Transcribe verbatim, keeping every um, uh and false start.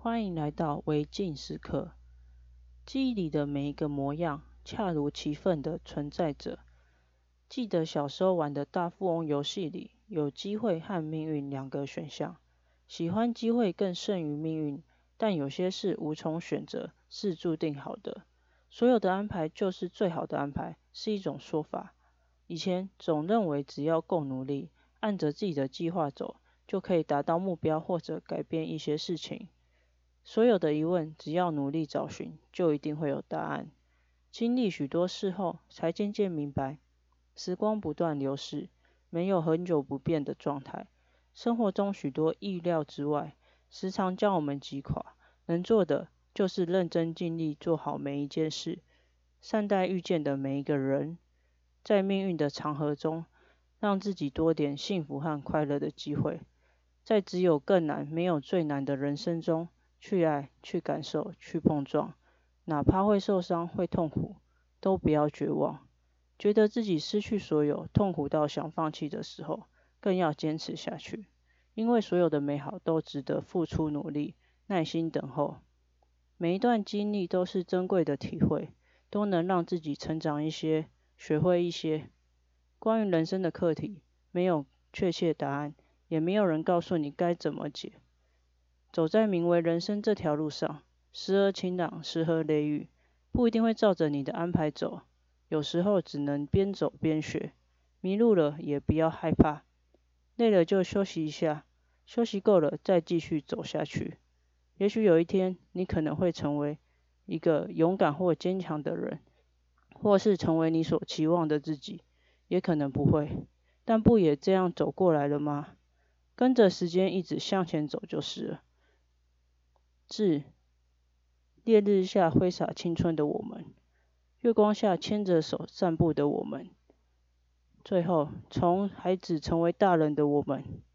欢迎来到微静时刻。记忆里的每一个模样，恰如其分地存在着。记得小时候玩的大富翁游戏里，有机会和命运两个选项。喜欢机会更胜于命运，但有些事无从选择，是注定好的。所有的安排就是最好的安排，是一种说法。以前总认为只要够努力，按着自己的计划走，就可以达到目标或者改变一些事情。所有的疑问，只要努力找寻，就一定会有答案。经历许多事后，才渐渐明白，时光不断流逝，没有很久不变的状态。生活中许多意料之外，时常将我们击垮。能做的，就是认真尽力做好每一件事，善待遇见的每一个人，在命运的长河中，让自己多点幸福和快乐的机会。在只有更难，没有最难的人生中，去爱，去感受，去碰撞，哪怕会受伤，会痛苦，都不要绝望。觉得自己失去所有，痛苦到想放弃的时候，更要坚持下去，因为所有的美好都值得付出努力，耐心等候。每一段经历都是珍贵的体会，都能让自己成长一些，学会一些。关于人生的课题，没有确切答案，也没有人告诉你该怎么解。走在名为人生这条路上，时而晴朗，时而雷雨，不一定会照着你的安排走，有时候只能边走边学。迷路了也不要害怕，累了就休息一下，休息够了再继续走下去。也许有一天，你可能会成为一个勇敢或坚强的人，或是成为你所期望的自己，也可能不会，但不也这样走过来了吗？跟着时间一直向前走就是了。致烈日下挥洒青春的我们，月光下牵着手散步的我们，最后从孩子成为大人的我们。